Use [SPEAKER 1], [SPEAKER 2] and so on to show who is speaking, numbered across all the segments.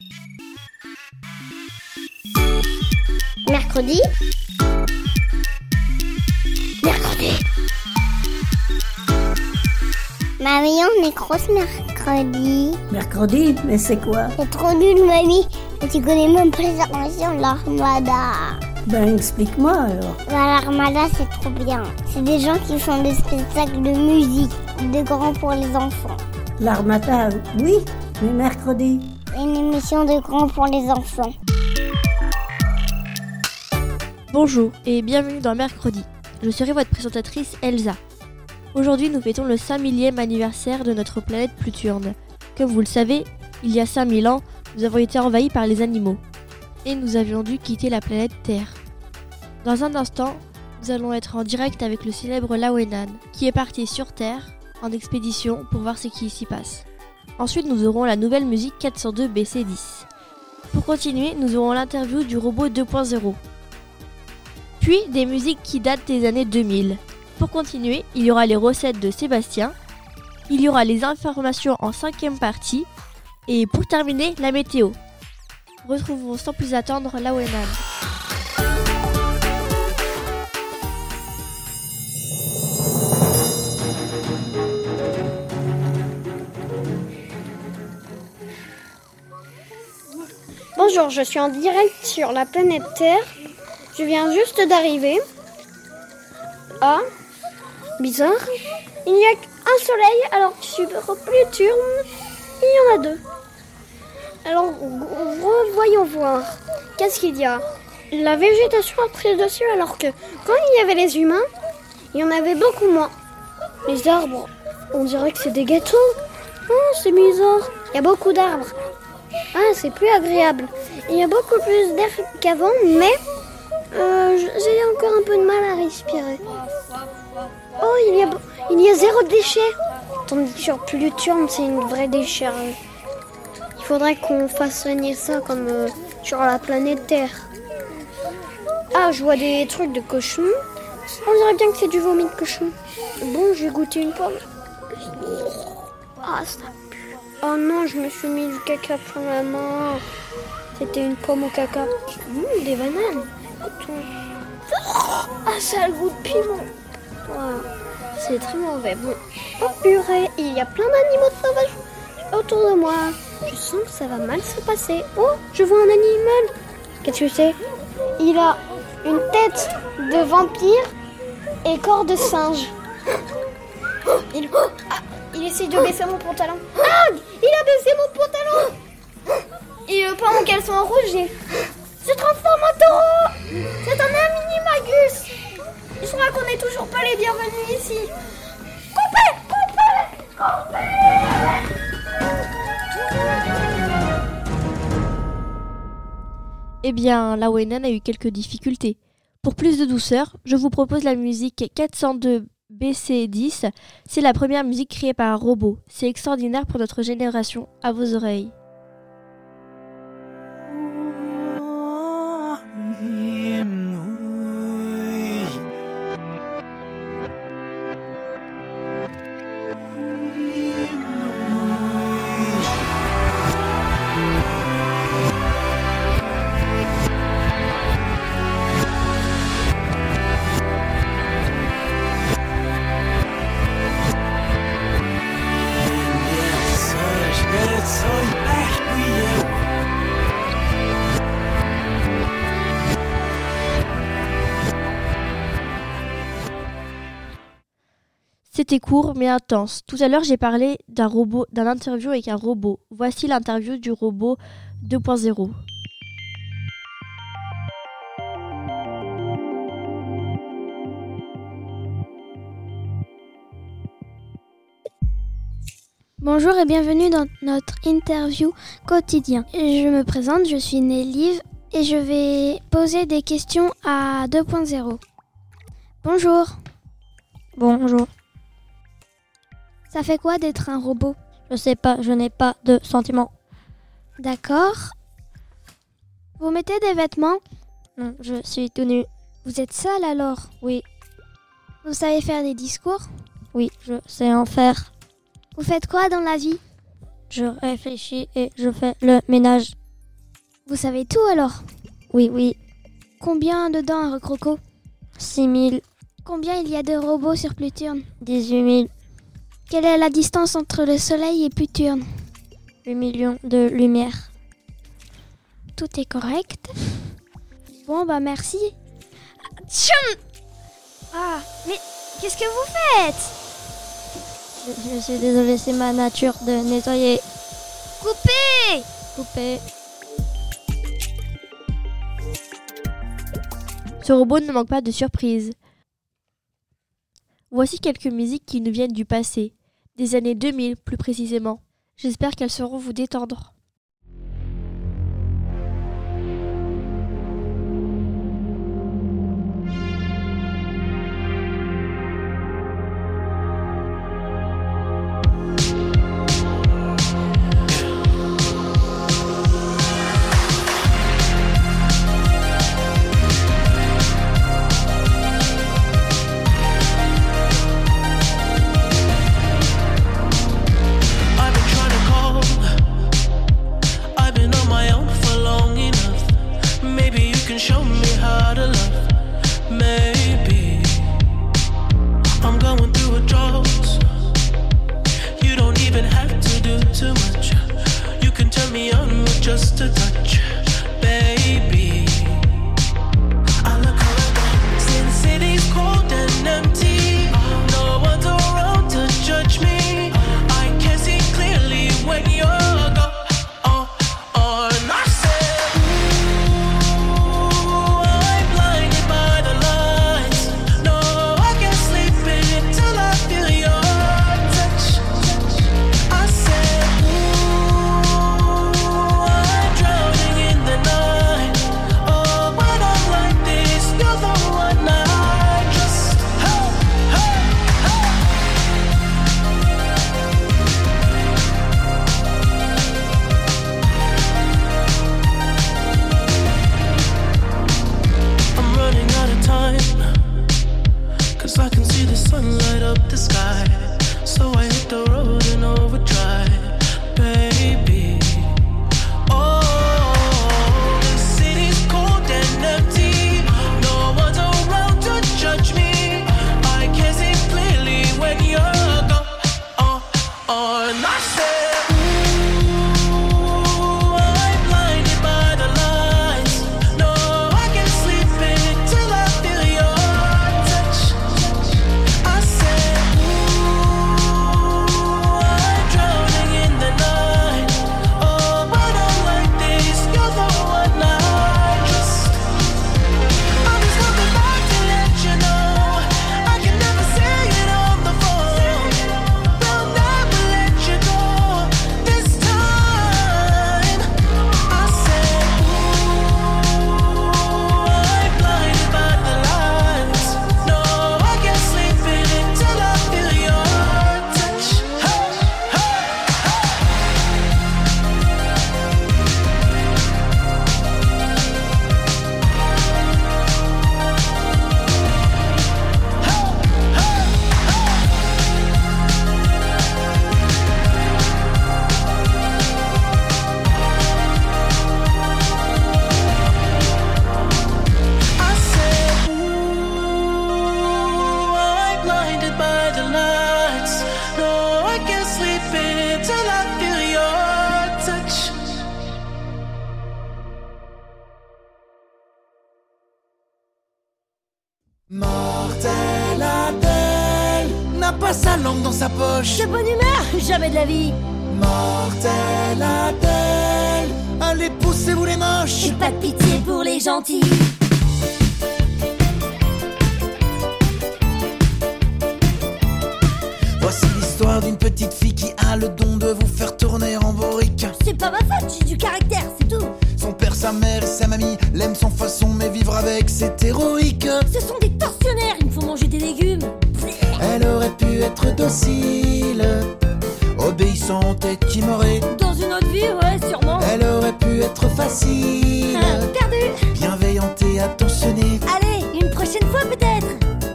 [SPEAKER 1] Mercredi. Mamie, on est grosse mercredi.
[SPEAKER 2] Mercredi? Mais c'est quoi?
[SPEAKER 1] C'est trop nul, mamie. Et tu connais même pas les armations de l'Armada.
[SPEAKER 2] Ben, explique-moi alors.
[SPEAKER 1] L'Armada, c'est trop bien. C'est des gens qui font des spectacles de musique, de grands pour les enfants.
[SPEAKER 2] L'Armada, oui, mais mercredi?
[SPEAKER 1] C'est une émission de grands pour les enfants.
[SPEAKER 3] Bonjour et bienvenue dans Mercredi. Je serai votre présentatrice Elsa. Aujourd'hui, nous fêtons le 5000e anniversaire de notre planète Pluturne. Comme vous le savez, il y a 5000 ans, nous avons été envahis par les animaux. Et nous avions dû quitter la planète Terre. Dans un instant, nous allons être en direct avec le célèbre Lawenan, qui est parti sur Terre en expédition pour voir ce qui s'y passe. Ensuite, nous aurons la nouvelle musique 402 BC10. Pour continuer, nous aurons l'interview du robot 2.0. Puis des musiques qui datent des années 2000. Pour continuer, il y aura les recettes de Sébastien, il y aura les informations en 5e partie, et pour terminer, la météo. Retrouvons sans plus attendre Lawenan.
[SPEAKER 4] Bonjour, je suis en direct sur la planète Terre. Je viens juste d'arriver. Ah, bizarre. Il n'y a qu'un soleil alors que sur Pluturne, il y en a deux. Alors, voyons voir. Qu'est-ce qu'il y a? La végétation a pris dessus alors que quand il y avait les humains, il y en avait beaucoup moins. Les arbres, on dirait que c'est des gâteaux. Oh, c'est bizarre. Il y a beaucoup d'arbres. Ah, c'est plus agréable. Il y a beaucoup plus d'air qu'avant, mais j'ai encore un peu de mal à respirer. Oh, il y a zéro déchet. Tandis que sur Pluturne, c'est une vraie déchetterie. Il faudrait qu'on fasse soigner ça comme sur la planète Terre. Ah, je vois des trucs de cochon. On dirait bien que c'est du vomi de cochon. Bon, j'ai goûté une pomme. Ah, ça pue. Oh non, je me suis mis du caca sur la main. C'était une pomme au caca. Des bananes. Ah, ça a le goût de piment. Wow. C'est très mauvais. Bon. Oh purée, il y a plein d'animaux sauvages autour de moi. Je sens que ça va mal se passer. Oh, je vois un animal. Qu'est-ce que c'est? Il a une tête de vampire et corps de singe. Il essaie de baisser mon pantalon. Ah, il a baissé mon pantalon. Et le pan en caleçon en rouge, se transforme en taureau. C'est un mini-magus. Je crois qu'on n'est toujours pas les bienvenus ici. Coupez.
[SPEAKER 3] Eh bien, Lawenan a eu quelques difficultés. Pour plus de douceur, je vous propose la musique 402 BC10. C'est la première musique créée par un robot. C'est extraordinaire pour notre génération. À vos oreilles. C'était court mais intense. Tout à l'heure, j'ai parlé d'un interview avec un robot. Voici l'interview du robot 2.0.
[SPEAKER 5] Bonjour et bienvenue dans notre interview quotidien. Je me présente, je suis Nélive et je vais poser des questions à 2.0. Bonjour.
[SPEAKER 6] Bonjour.
[SPEAKER 5] Ça fait quoi d'être un robot?
[SPEAKER 6] Je sais pas, je n'ai pas de sentiments.
[SPEAKER 5] D'accord. Vous mettez des vêtements?
[SPEAKER 6] Non, je suis tout nu.
[SPEAKER 5] Vous êtes seul alors?
[SPEAKER 6] Oui.
[SPEAKER 5] Vous savez faire des discours?
[SPEAKER 6] Oui, je sais en faire.
[SPEAKER 5] Vous faites quoi dans la vie?
[SPEAKER 6] Je réfléchis et je fais le ménage.
[SPEAKER 5] Vous savez tout alors?
[SPEAKER 6] Oui.
[SPEAKER 5] Combien de dents a un croco?
[SPEAKER 6] 6 000,
[SPEAKER 5] Combien il y a de robots sur Pluturne?
[SPEAKER 6] 18 000,
[SPEAKER 5] Quelle est la distance entre le Soleil et Pluturne?
[SPEAKER 6] 8 millions de lumières.
[SPEAKER 5] Tout est correct. Bon, bah merci. Tchoum! Ah, mais qu'est-ce que vous faites?
[SPEAKER 6] Je suis désolée, c'est ma nature de nettoyer.
[SPEAKER 5] Coupez!
[SPEAKER 3] Ce robot ne manque pas de surprises. Voici quelques musiques qui nous viennent du passé, des années 2000 plus précisément. J'espère qu'elles sauront vous détendre.
[SPEAKER 7] Just a touch, baby. I look around, since city's cold and empty, no one's around to judge me. I can see clearly when you're gone. And I said, ooh, I'm blinded by the lights. No, I can't sleep until I feel your touch. I said, I can see the sun light up the sky, so I hit the road in overdrive, baby. Oh, the city's cold and empty, no one's around to judge me. I can see clearly when you're gone. And I said, ooh, I'm blinded by the lights. No, I can't sleep until I feel your touch. I said, ooh, I'm drowning in the night. Oh, when I'm like this, you're the one I trust. I'm just coming back to let you know I can never say it on the phone. They'll never let you go this time. I said, ooh, I'm blinded by the lights. No, I can't sleep until I feel your touch. Hey, hey, I said, ooh, I'm blinded by the lights. No, I can't sleep until I feel your touch.
[SPEAKER 8] Mortel Adèle n'a pas sa langue dans sa poche.
[SPEAKER 2] De bonne humeur, jamais de la vie.
[SPEAKER 8] Mortel Adèle, allez poussez-vous les moches.
[SPEAKER 2] J'ai pas de pitié pour les gentils.
[SPEAKER 8] Voici l'histoire d'une petite fille qui a le don de vous faire tourner en bourrique.
[SPEAKER 2] C'est pas ma faute, j'ai du caractère, c'est tout.
[SPEAKER 8] Son père, sa mère et sa mamie l'aiment sans façon, mais vivre avec c'est héroïque.
[SPEAKER 2] Ce sont des tortionnaires, il me faut manger des légumes.
[SPEAKER 8] Elle aurait pu être docile, obéissante et timorée.
[SPEAKER 2] Dans une autre vie, ouais, sûrement.
[SPEAKER 8] Elle aurait pu être facile,
[SPEAKER 2] Perdu.
[SPEAKER 8] bienveillante et attentionnée.
[SPEAKER 2] Allez, une prochaine fois peut-être.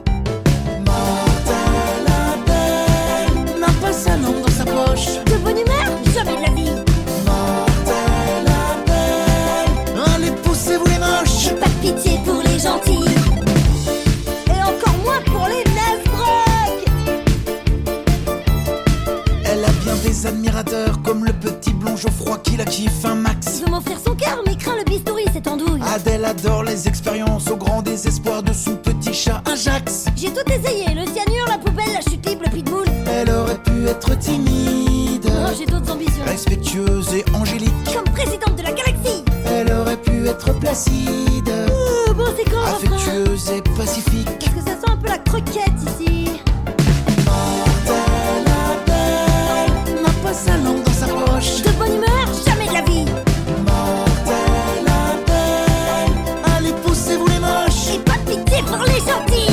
[SPEAKER 8] Mortel Adèle n'a pas sa langue dans sa poche.
[SPEAKER 2] De bonne humeur, jamais de la vie.
[SPEAKER 8] Mortel Adèle, le petit blond Geoffroy qui la kiffe un max.
[SPEAKER 2] Il veut m'offrir son cœur, mais craint le bistouri, cette andouille.
[SPEAKER 8] Adèle adore les expériences au grand désespoir de son petit chat Ajax.
[SPEAKER 2] J'ai tout essayé, le cyanure, la poubelle, la chute libre, le pitbull.
[SPEAKER 8] Elle aurait pu être timide,
[SPEAKER 2] Non, j'ai d'autres ambitions.
[SPEAKER 8] respectueuse et angélique.
[SPEAKER 2] Comme présidente de la galaxie.
[SPEAKER 8] Elle aurait pu être placide,
[SPEAKER 2] Bon, c'est quand, enfin.
[SPEAKER 8] affectueuse et pacifique.
[SPEAKER 2] Est-ce que ça sent un peu la croquette ici?
[SPEAKER 8] Mortelle Adèle n'a pas sa langue dans sa poche.
[SPEAKER 2] De bonne humeur, jamais de la vie.
[SPEAKER 8] Mortelle Adèle, allez poussez-vous les moches.
[SPEAKER 2] Et pas de pitié pour les gentils.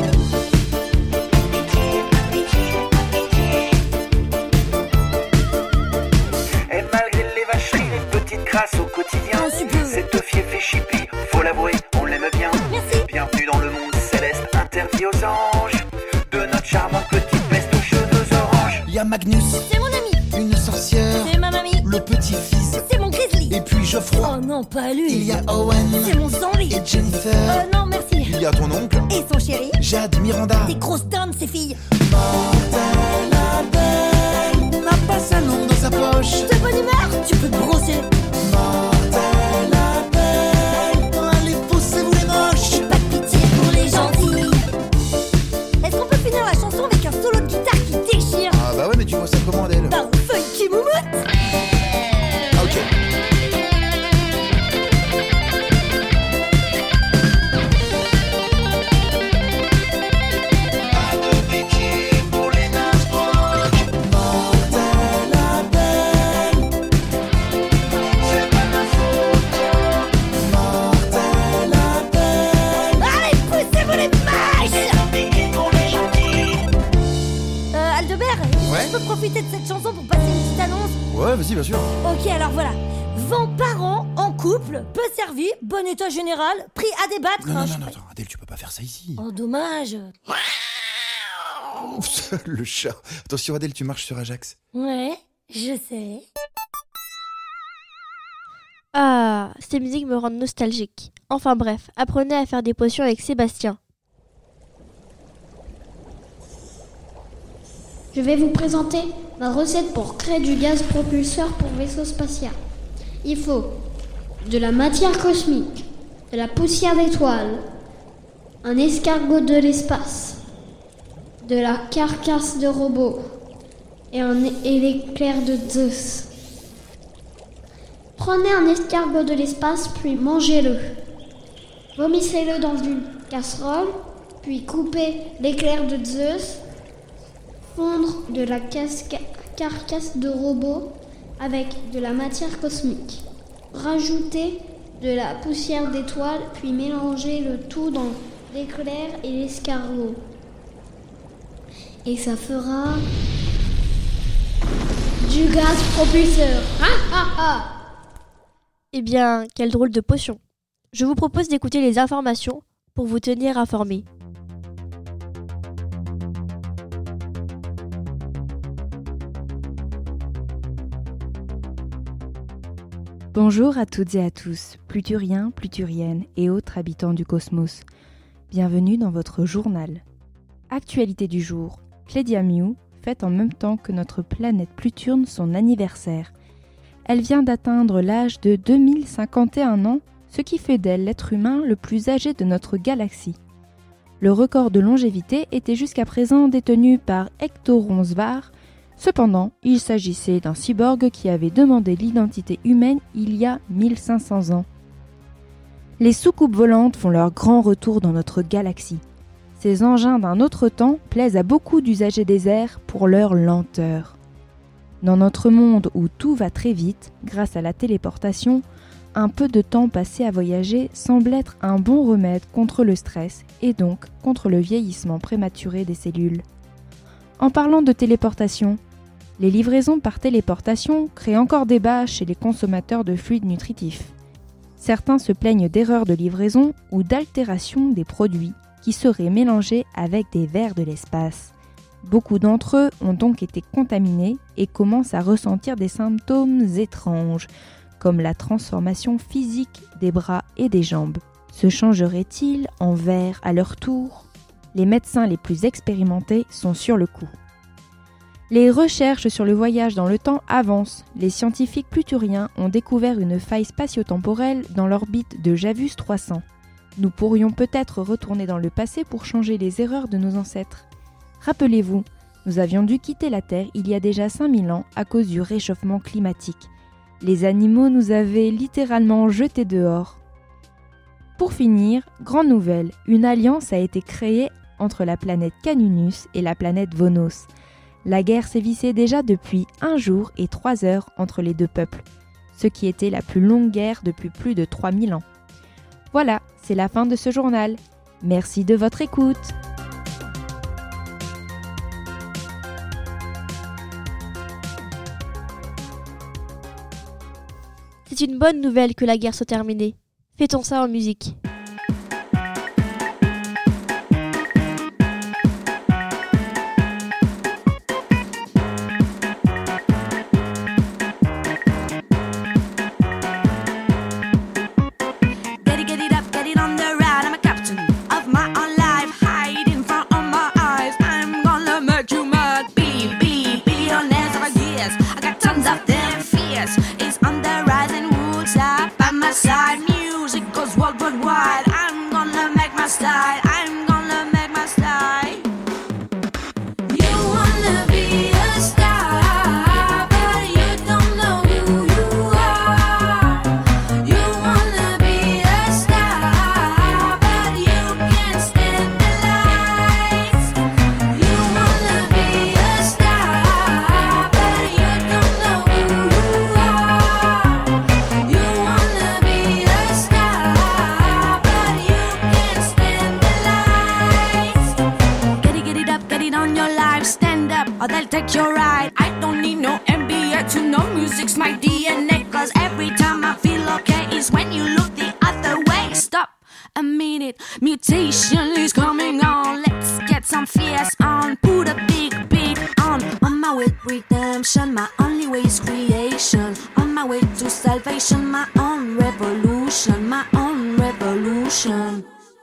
[SPEAKER 9] Et malgré les vacheries, les petites grâces au quotidien,
[SPEAKER 2] Un petit peu.
[SPEAKER 9] cette fille fait chippie, faut l'avouer, on l'aime bien.
[SPEAKER 2] Merci.
[SPEAKER 9] Bienvenue dans le monde céleste, interdit aux anges, de notre charmante petite peste aux cheveux orange.
[SPEAKER 8] Il y a Magnus,
[SPEAKER 2] C'est mon ami.
[SPEAKER 8] une sorcière,
[SPEAKER 2] C'est ma mamie.
[SPEAKER 8] le petit-fils,
[SPEAKER 2] C'est mon grizzly.
[SPEAKER 8] et puis Geoffroy.
[SPEAKER 2] Oh non, pas lui.
[SPEAKER 8] Il y a Owen
[SPEAKER 2] C'est mon Stanley.
[SPEAKER 8] et Jennifer.
[SPEAKER 2] Non, merci.
[SPEAKER 8] Il y a ton oncle,
[SPEAKER 2] Et son chéri.
[SPEAKER 8] Jade, Miranda.
[SPEAKER 2] Des grosses dindes, ces filles.
[SPEAKER 8] Mortelle Adèle n'a pas sa langue dans sa poche.
[SPEAKER 2] De bonne humeur, tu peux te brosser.
[SPEAKER 8] Mortelle Adèle, allez poussez-vous les moches.
[SPEAKER 2] Et pas de pitié pour les gentils. Est-ce qu'on peut finir la chanson avec un solo de guitare qui déchire?
[SPEAKER 8] Ah bah ouais, mais tu vois ça comment Adèle?
[SPEAKER 2] D'un funky moumoute.
[SPEAKER 8] Ah ok. Mortelle Adèle, c'est pas ma faute. Mortelle Adèle,
[SPEAKER 2] Allez, poussez-vous les mâches. Aldebert,
[SPEAKER 8] Ouais.
[SPEAKER 2] je peux profiter de cette chanson pour passer une petite annonce?
[SPEAKER 8] Ouais, vas-y, bien sûr.
[SPEAKER 2] Ok, alors voilà. 20 parents en couple, peu servis, bon état général, prix à débattre.
[SPEAKER 8] Non,
[SPEAKER 2] hein,
[SPEAKER 8] non,
[SPEAKER 2] je-
[SPEAKER 8] non, non, attends, Adèle, tu peux pas faire ça ici.
[SPEAKER 2] Oh, dommage.
[SPEAKER 8] Le chat. Attention, Adèle, tu marches sur Ajax.
[SPEAKER 2] Ouais, je sais.
[SPEAKER 3] Ah, ces musiques me rendent nostalgique. Enfin bref, apprenez à faire des potions avec Sébastien.
[SPEAKER 5] Je vais vous présenter la recette pour créer du gaz propulseur pour vaisseau spatial. Il faut de la matière cosmique, de la poussière d'étoiles, un escargot de l'espace, de la carcasse de robot et l'éclair de Zeus. Prenez un escargot de l'espace puis mangez-le. Vomissez-le dans une casserole, puis coupez l'éclair de Zeus. Fondre de la carcasse de robot avec de la matière cosmique. Rajoutez de la poussière d'étoile, puis mélangez le tout dans l'éclair et l'escargot. Et ça fera du gaz propulseur.
[SPEAKER 3] Eh bien, quelle drôle de potion. Je vous propose d'écouter les informations pour vous tenir informés.
[SPEAKER 10] Bonjour à toutes et à tous, pluturiens, pluturiennes et autres habitants du cosmos. Bienvenue dans votre journal. Actualité du jour, Clédia Mew fête en même temps que notre planète Pluturne son anniversaire. Elle vient d'atteindre l'âge de 2051 ans, ce qui fait d'elle l'être humain le plus âgé de notre galaxie. Le record de longévité était jusqu'à présent détenu par Hectoron Svar. Cependant, il s'agissait d'un cyborg qui avait demandé l'identité humaine il y a 1500 ans. Les soucoupes volantes font leur grand retour dans notre galaxie. Ces engins d'un autre temps plaisent à beaucoup d'usagers des airs pour leur lenteur. Dans notre monde où tout va très vite, grâce à la téléportation, un peu de temps passé à voyager semble être un bon remède contre le stress et donc contre le vieillissement prématuré des cellules. En parlant de téléportation, les livraisons par téléportation créent encore débat chez les consommateurs de fluides nutritifs. Certains se plaignent d'erreurs de livraison ou d'altération des produits qui seraient mélangés avec des vers de l'espace. Beaucoup d'entre eux ont donc été contaminés et commencent à ressentir des symptômes étranges, comme la transformation physique des bras et des jambes. Se changeraient-ils en vers à leur tour ? Les médecins les plus expérimentés sont sur le coup. Les recherches sur le voyage dans le temps avancent. Les scientifiques pluturiens ont découvert une faille spatio-temporelle dans l'orbite de Javus 300. Nous pourrions peut-être retourner dans le passé pour changer les erreurs de nos ancêtres. Rappelez-vous, nous avions dû quitter la Terre il y a déjà 5000 ans à cause du réchauffement climatique. Les animaux nous avaient littéralement jetés dehors. Pour finir, grande nouvelle, une alliance a été créée entre la planète Canunus et la planète Vonos. La guerre sévissait déjà depuis 1 jour et 3 heures entre les deux peuples, ce qui était la plus longue guerre depuis plus de 3000 ans. Voilà, c'est la fin de ce journal. Merci de votre écoute.
[SPEAKER 3] C'est une bonne nouvelle que la guerre soit terminée. Fêtons ça en musique.
[SPEAKER 11] or they'll take your ride. I don't need no MBA to know music's my DNA. Cause every time I feel okay is when you look the other way. Stop a minute, mutation is coming on. Let's get some fierce on, put a big beat on my way to redemption, my only way is creation. On my way to salvation, my own revolution, my own revolution.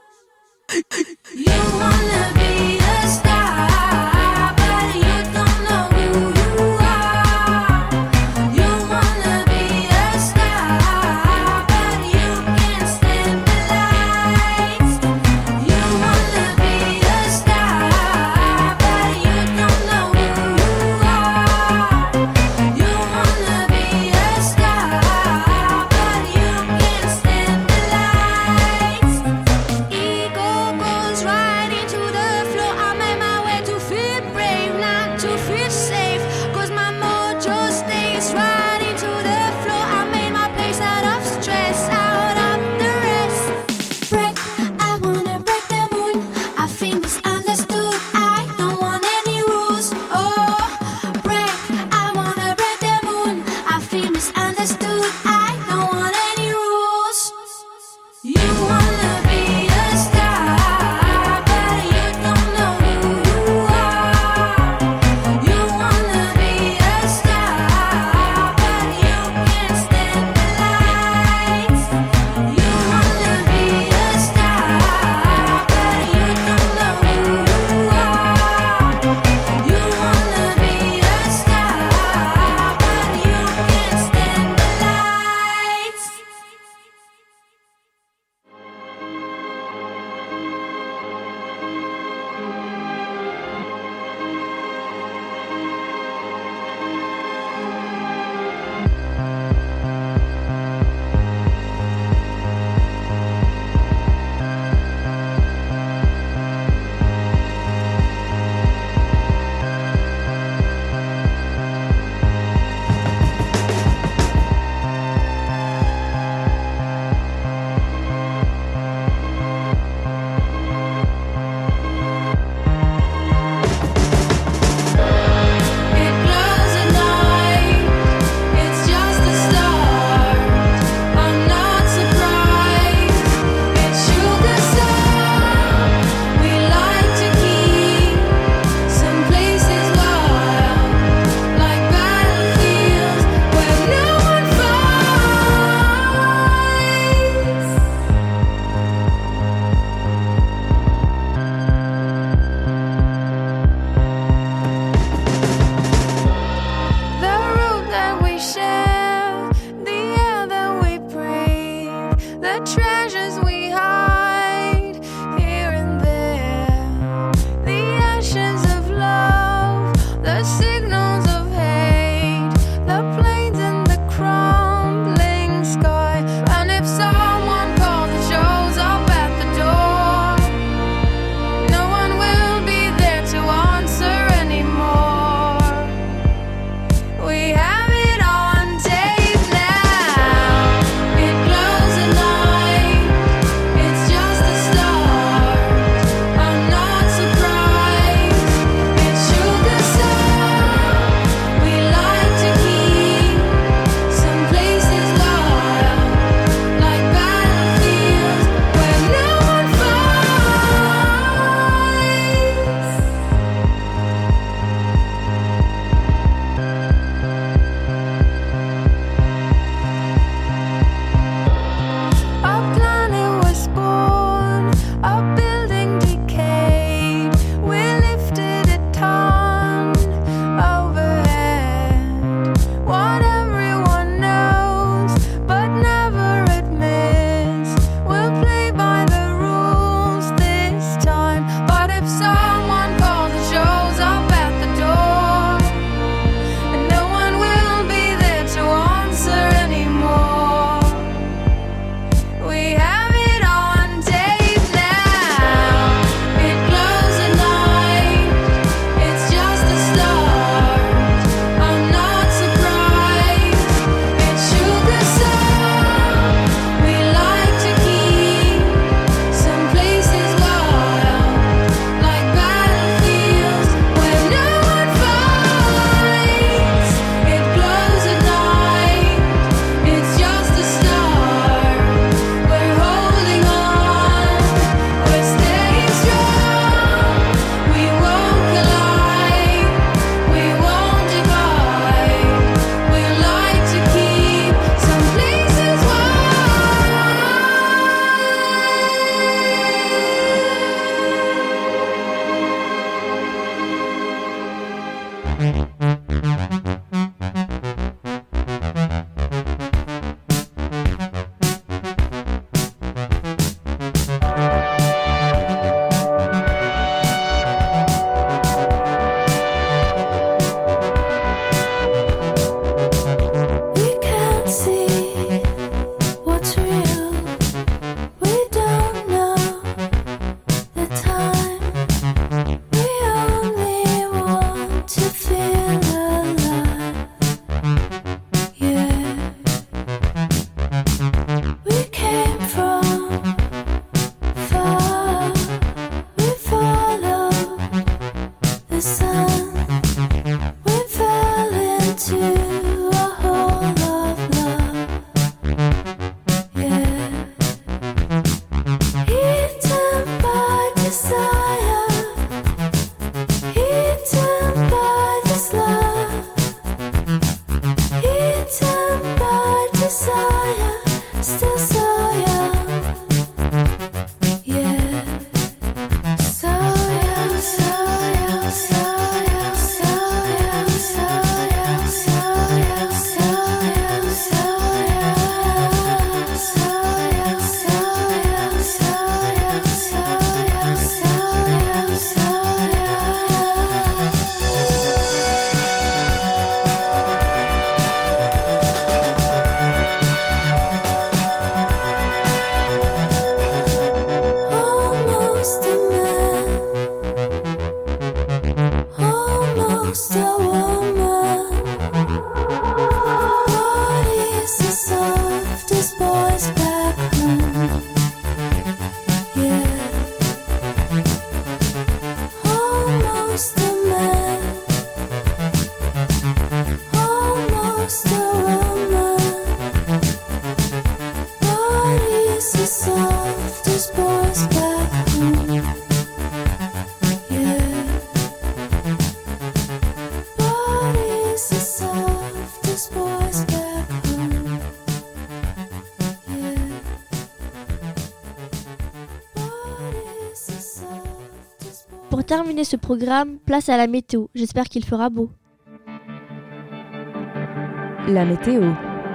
[SPEAKER 11] You wanna be a star, but you don't know who you are. You wanna be a star, but you can't stand the lights. You wanna be a star, but you don't know who you are. You wanna be a star, but you can't stand the lights. Ego goes right into the floor.
[SPEAKER 3] Pour terminer ce programme, place à la météo. J'espère qu'il fera beau.
[SPEAKER 10] La météo.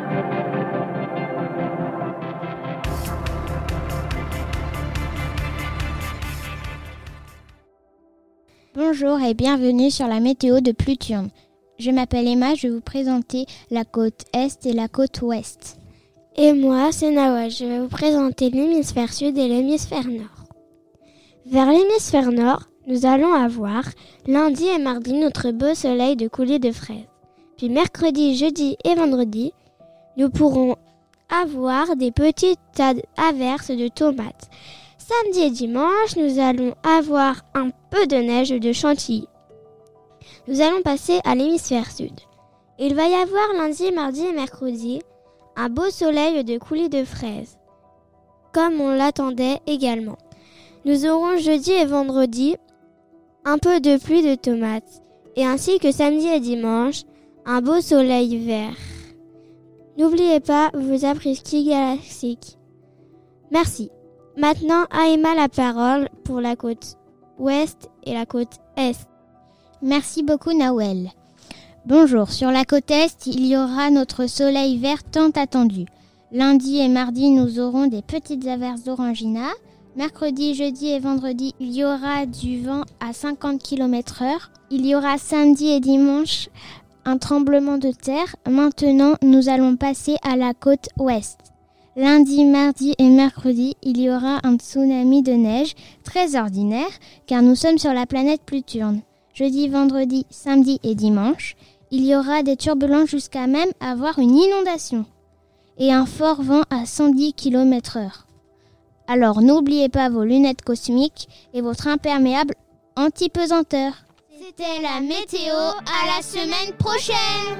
[SPEAKER 12] Bonjour et bienvenue sur la météo de Pluturne. Je m'appelle Emma, je vais vous présenter la côte Est et la côte Ouest.
[SPEAKER 5] Et moi, c'est Nawal, je vais vous présenter l'hémisphère sud et l'hémisphère nord. Vers l'hémisphère nord, nous allons avoir lundi et mardi notre beau soleil de coulée de fraises. Puis mercredi, jeudi et vendredi, nous pourrons avoir des petites averses de tomates. Samedi et dimanche, nous allons avoir un peu de neige de chantilly. Nous allons passer à l'hémisphère sud. Il va y avoir lundi, mardi et mercredi un beau soleil de coulée de fraises, comme on l'attendait également. Nous aurons jeudi et vendredi un peu de pluie de tomates, et ainsi que samedi et dimanche, un beau soleil vert. N'oubliez pas vos apres-ski galactiques. Merci. Maintenant, à Emma la parole pour la côte ouest et la côte est.
[SPEAKER 12] Merci beaucoup Nawel. Bonjour, sur la côte Est, il y aura notre soleil vert tant attendu. Lundi et mardi, nous aurons des petites averses d'orangina. Mercredi, jeudi et vendredi, il y aura du vent à 50 km/h. Il y aura samedi et dimanche un tremblement de terre. Maintenant, nous allons passer à la côte Ouest. Lundi, mardi et mercredi, il y aura un tsunami de neige très ordinaire car nous sommes sur la planète Pluturne. Jeudi, vendredi, samedi et dimanche, il y aura des turbulences jusqu'à même avoir une inondation et un fort vent à 110 km/h. Alors n'oubliez pas vos lunettes cosmiques et votre imperméable anti-pesanteur.
[SPEAKER 1] C'était la météo, à la semaine prochaine.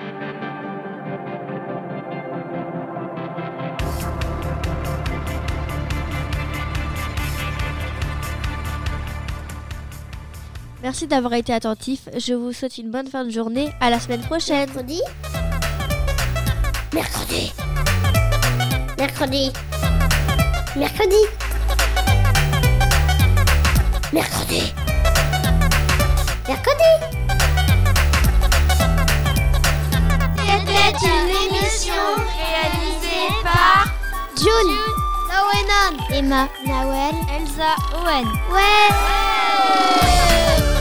[SPEAKER 3] Merci d'avoir été attentifs. Je vous souhaite une bonne fin de journée. À la semaine prochaine.
[SPEAKER 1] Mercredi. Mercredi. Mercredi. Mercredi. Mercredi. Mercredi.
[SPEAKER 5] June, Nawenan, Emma, Nawel, Elsa, Owen. Ouais.